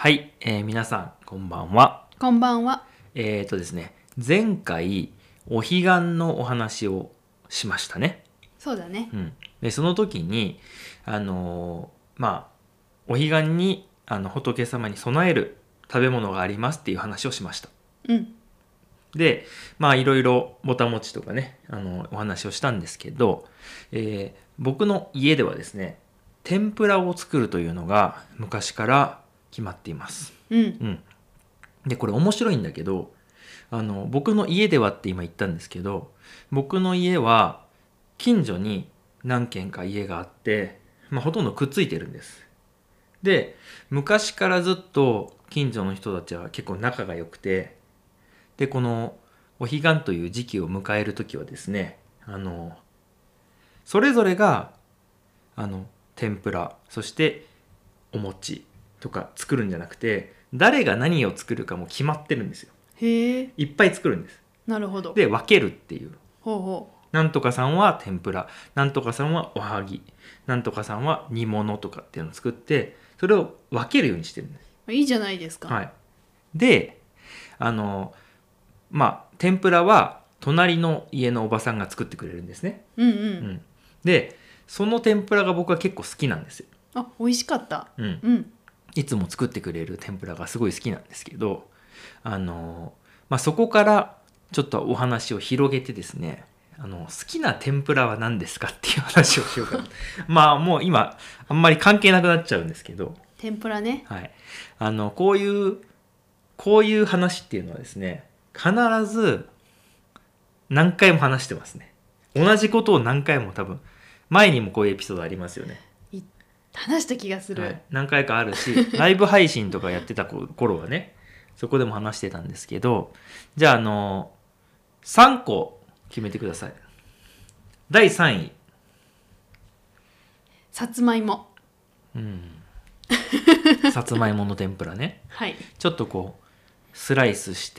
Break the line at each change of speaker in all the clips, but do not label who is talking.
はい、皆さんこんばんは。
こんばんは。
ですね、前回お彼岸のお話をしましたね。
そうだね。
でその時にお彼岸に仏様に備える食べ物がありますっていう話をしました。
うん。
でいろいろぼたもちとかねお話をしたんですけど、僕の家ではですね天ぷらを作るというのが昔から決まっています。
うん。
うん、でこれ面白いんだけど僕の家ではって今言ったんですけど、僕の家は近所に何軒か家があって、ほとんどくっついてるんです。で昔からずっと近所の人たちは結構仲が良くて、でこのお彼岸という時期を迎える時はですねそれぞれが天ぷらそしてお餅とか作るんじゃなくて、誰が何を作るかも決まってるんですよ。
へえ。
いっぱい作るんです。
なるほど。
で分けるっていう、
ほうほ
なんとかさんは天ぷら、なんとかさんはおはぎ、なんとかさんは煮物とかっていうのを作って、それを分けるようにしてるんです。
う。いいじゃないですか。
はい。で天ぷらは隣の家のおばさんが作ってくれるんですね。
うんうん。
うん、でその天ぷらが僕は結構好きなんですよ。
あ、美味しかった。
うん、
うん。
いつも作ってくれる天ぷらがすごい好きなんですけど、そこからちょっとお話を広げてですね、好きな天ぷらは何ですかっていう話をしようかな。もう今あんまり関係なくなっちゃうんですけど、
天ぷらね。
はい、こういう話っていうのはですね、必ず何回も話してますね。同じことを何回も多分前にもこういうエピソードありますよね。
話した気がする。
はい、何回かあるし、ライブ配信とかやってた頃はね、そこでも話してたんですけど、じゃあ3個決めてください。第3位。
さつまいも。
さつまいもの天ぷらね。
はい。
ちょっとスライスして、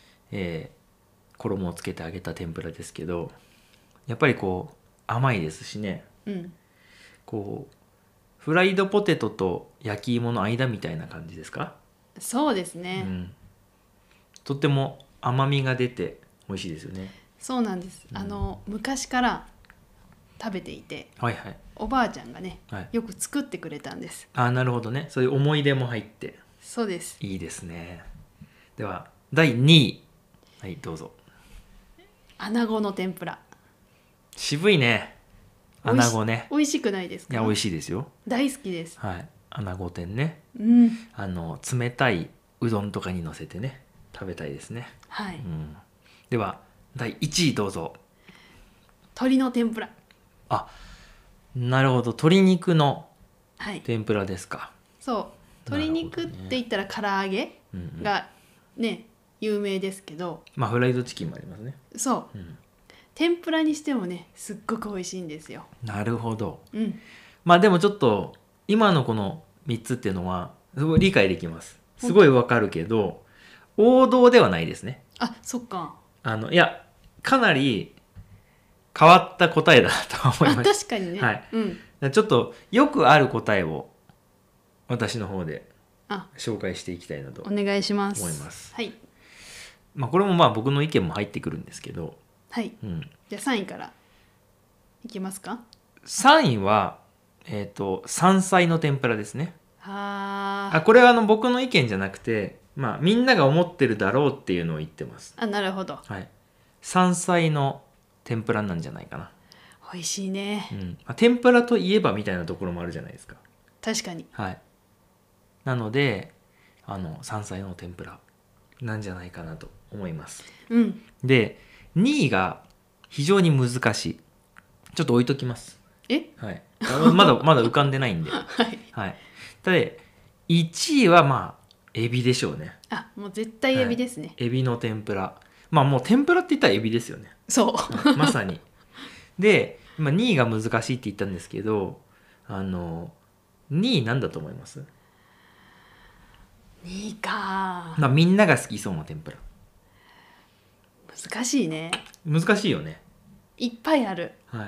衣をつけて揚げた天ぷらですけど、やっぱり甘いですしね、
うん。
フライドポテトと焼き芋の間みたいな感じですか。
そうですね。
とっても甘みが出て美味しいですよね。
そうなんです。昔から食べていて、
はいはい。
おばあちゃんがね、
はい
よく作ってくれたんです。
なるほどね。そういう思い出も入って
そうです。
いいですね。では第2位。はいどうぞ。
穴子の天ぷら。
渋いね。穴子ね。
美味しくないですか？
いや美味しいですよ。
大好きです。
はい。穴子天ね。
うん。
冷たいうどんとかにのせてね食べたいですね。
はい。
では第1位どうぞ。
鶏の天ぷら。
なるほど、鶏肉の
はい。
天ぷらですか。
そう。鶏肉って言ったら唐揚げがね、有名ですけど、
フライドチキンもありますね。
そう。天ぷらにしてもね、すっごく美味しいんですよ。
なるほど。
うん。
でもちょっと今のこの3つっていうのはすごい理解できます。すごいわかるけど王道ではないですね。
あ、そっか。
いやかなり変わった答えだなと思いました。
確かにね。
はい。
うん。
ちょっとよくある答えを私の方で
あ、
紹介していきたいなと
お願いします。
思います。
はい。
これも僕の意見も入ってくるんですけど、
はい。じゃあ3位からいきますか。
3位は山菜の天ぷらですね。
は
これは僕の意見じゃなくて、みんなが思ってるだろうっていうのを言ってます。
あ、なるほど。
はい。山菜の天ぷらなんじゃないかな。
美味しいね。
天ぷらといえばみたいなところもあるじゃないですか。
確かに。
はい。なので山菜の天ぷらなんじゃないかなと思います。
うん。
で2位が非常に難しい。ちょっと置いときます。
え？
はい。まだ浮かんでないんで。
はい。
はい。で1位はエビでしょうね。
あ、もう絶対エビですね。
エビの天ぷら。もう天ぷらって言ったらエビですよね。
そう。
はいまさに。で今2位が難しいって言ったんですけど、2位なんだと思います？
2位か。
みんなが好きそうな天ぷら。
難しいね。
難しいよね。
いっぱいある。
はい。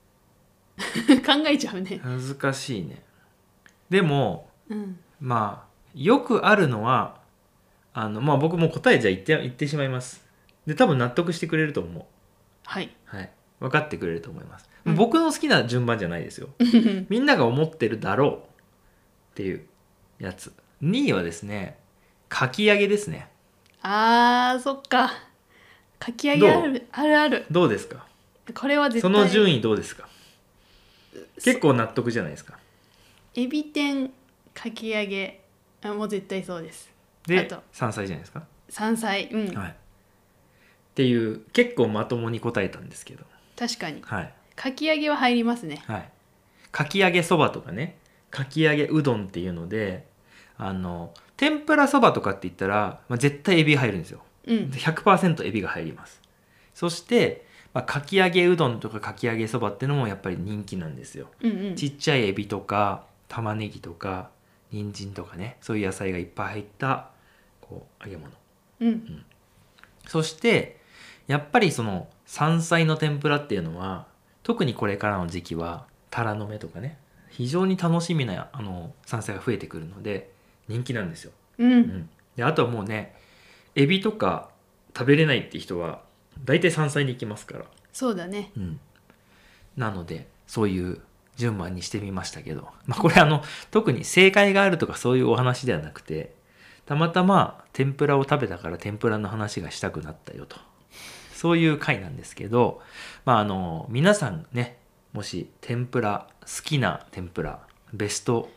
考えちゃうね。
難しいね。でも
うん。
よくあるのはまあ僕も答えじゃ言ってしまいます。で多分納得してくれると思う。
はい。
はい、分かってくれると思います、
うん
僕の好きな順番じゃないですよみんなが思ってるだろうっていうやつ。2位はですね、かき揚げですね。
あー、そっか。かき揚げあるあるある。
どうですか？
これは絶
そ
対
の順位どうですか？結構納得じゃないですか。
エビ天かき揚げ、もう絶対そうです。あ
で
と
山菜じゃないですか。
山菜、うん、
はい、っていう結構まともに答えたんですけど、
確かに
はい
かき揚げは入りますね。
はい、かき揚げそばとかね、かき揚げうどんっていうので、天ぷらそばとかって言ったら、まあ、絶対エビ入るんですよ。
うん、
100% エビが入ります。そして、まあ、かき揚げうどんとかかき揚げそばっていうのもやっぱり人気なんですよ。
うんうん
ちっちゃいエビとか玉ねぎとか人参とかね、そういう野菜がいっぱい入ったこう揚げ物。
うん
そしてやっぱりその山菜の天ぷらっていうのは、特にこれからの時期はタラの芽とかね、非常に楽しみな山菜が増えてくるので人気なんですよ。
うん
であとはもうね、エビとか食べれないって人は大体山菜に行きますから、
そうだね。
なのでそういう順番にしてみましたけど、まあ、これ特に正解があるとかそういうお話ではなくて、たまたま天ぷらを食べたから天ぷらの話がしたくなったよと、そういう回なんですけど、まあ皆さんね、もし天ぷら好きな天ぷらベスト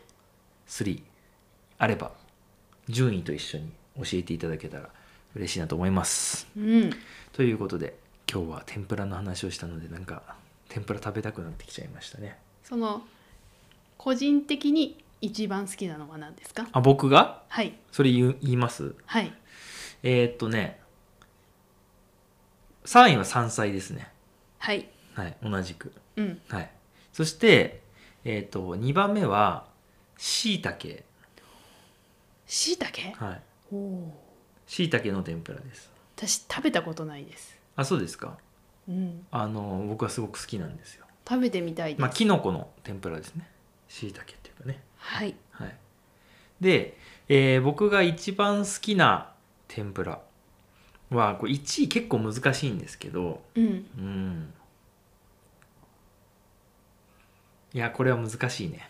3あれば順位と一緒に教えていただけたら嬉しいなと思います。
うん
ということで今日は天ぷらの話をしたので、なんか天ぷら食べたくなってきちゃいましたね。
その個人的に一番好きなのは何ですか？
あ、僕が
はい
それ言います。
はい
ね、3位は山菜ですね。
はい
はい、同じく。
うん
はい。そして2番目はしいたけ。
しいたけ、
はい。
おお
しいたけの天ぷらです。
私食べたことないです。
あ、そうですか。
うん
僕はすごく好きなんですよ。
食べてみたいです。
まあきのこの天ぷらですね。しいたけっていうかね。
はい
はい。で、僕が一番好きな天ぷらはこれ1位結構難しいんですけど、
うん
いやこれは難しいね。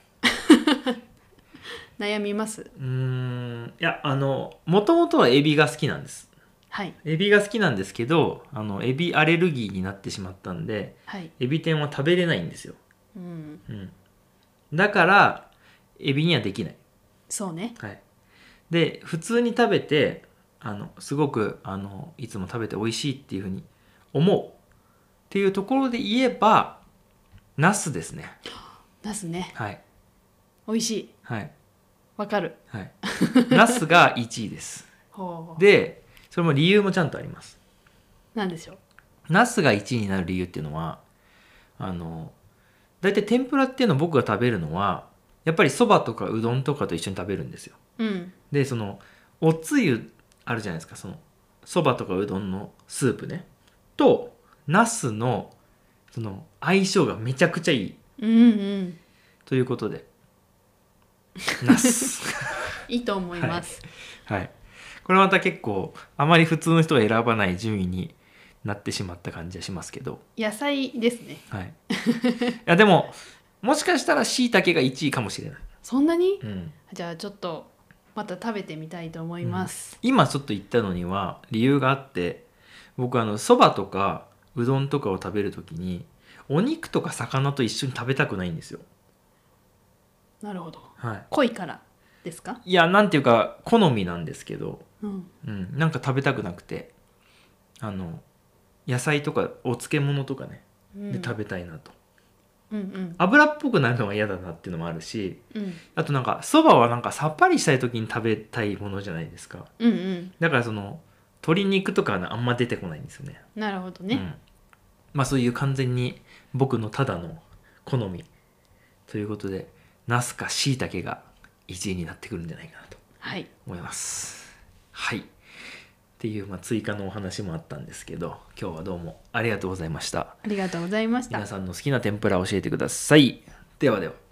悩みます。
いやもともとはエビが好きなんです。
はい
エビが好きなんですけど、エビアレルギーになってしまったんで、
はい
エビ天は食べれないんですよ。
うん
だからエビにはできない。
そうね。
はい。で普通に食べてすごくいつも食べて美味しいっていうふうに思うっていうところで言えばナスですね。
ナスね、
はい
美味しい。
はい
わかる。
はい。ナスが1位です。
ほう
でそれも理由もちゃんとあります。
なんでしょう。
ナスが1位になる理由っていうのは大体天ぷらっていうのを僕が食べるのはやっぱりそばとかうどんとかと一緒に食べるんですよ。
うん
でそのおつゆあるじゃないですか、そばとかうどんのスープねとナスのその相性がめちゃくちゃいい
うん
ということでナス
いいと思います。
はい、これまた結構あまり普通の人が選ばない順位になってしまった感じはしますけど、
野菜ですね。
はい、いやでももしかしたらしいたけが1位かもしれない、
そんなに？
うん、
じゃあちょっとまた食べてみたいと思います。
今ちょっと言ったのには理由があって、僕そばとかうどんとかを食べるときにお肉とか魚と一緒に食べたくないんですよ。
なるほど。
はい、
濃いからですか？
いやなんていうか好みなんですけど、
うん
なんか食べたくなくて野菜とかお漬物とかねで食べたいなと、
うん
油っぽくなるのが嫌だなっていうのもあるし、
うん
あとなんかそばはなんかさっぱりしたい時に食べたいものじゃないですか。
うん
だから鶏肉とかあんま出てこないんですよね。
なるほどね。
まあそういう完全に僕のただの好みということで、ナスかしいたけが1位になってくるんじゃないかなと
はい
思います。はい。っていう、追加のお話もあったんですけど、今日はどうもありがとうございました。
ありがとうございました。
皆さんの好きな天ぷらを教えてください。ではでは。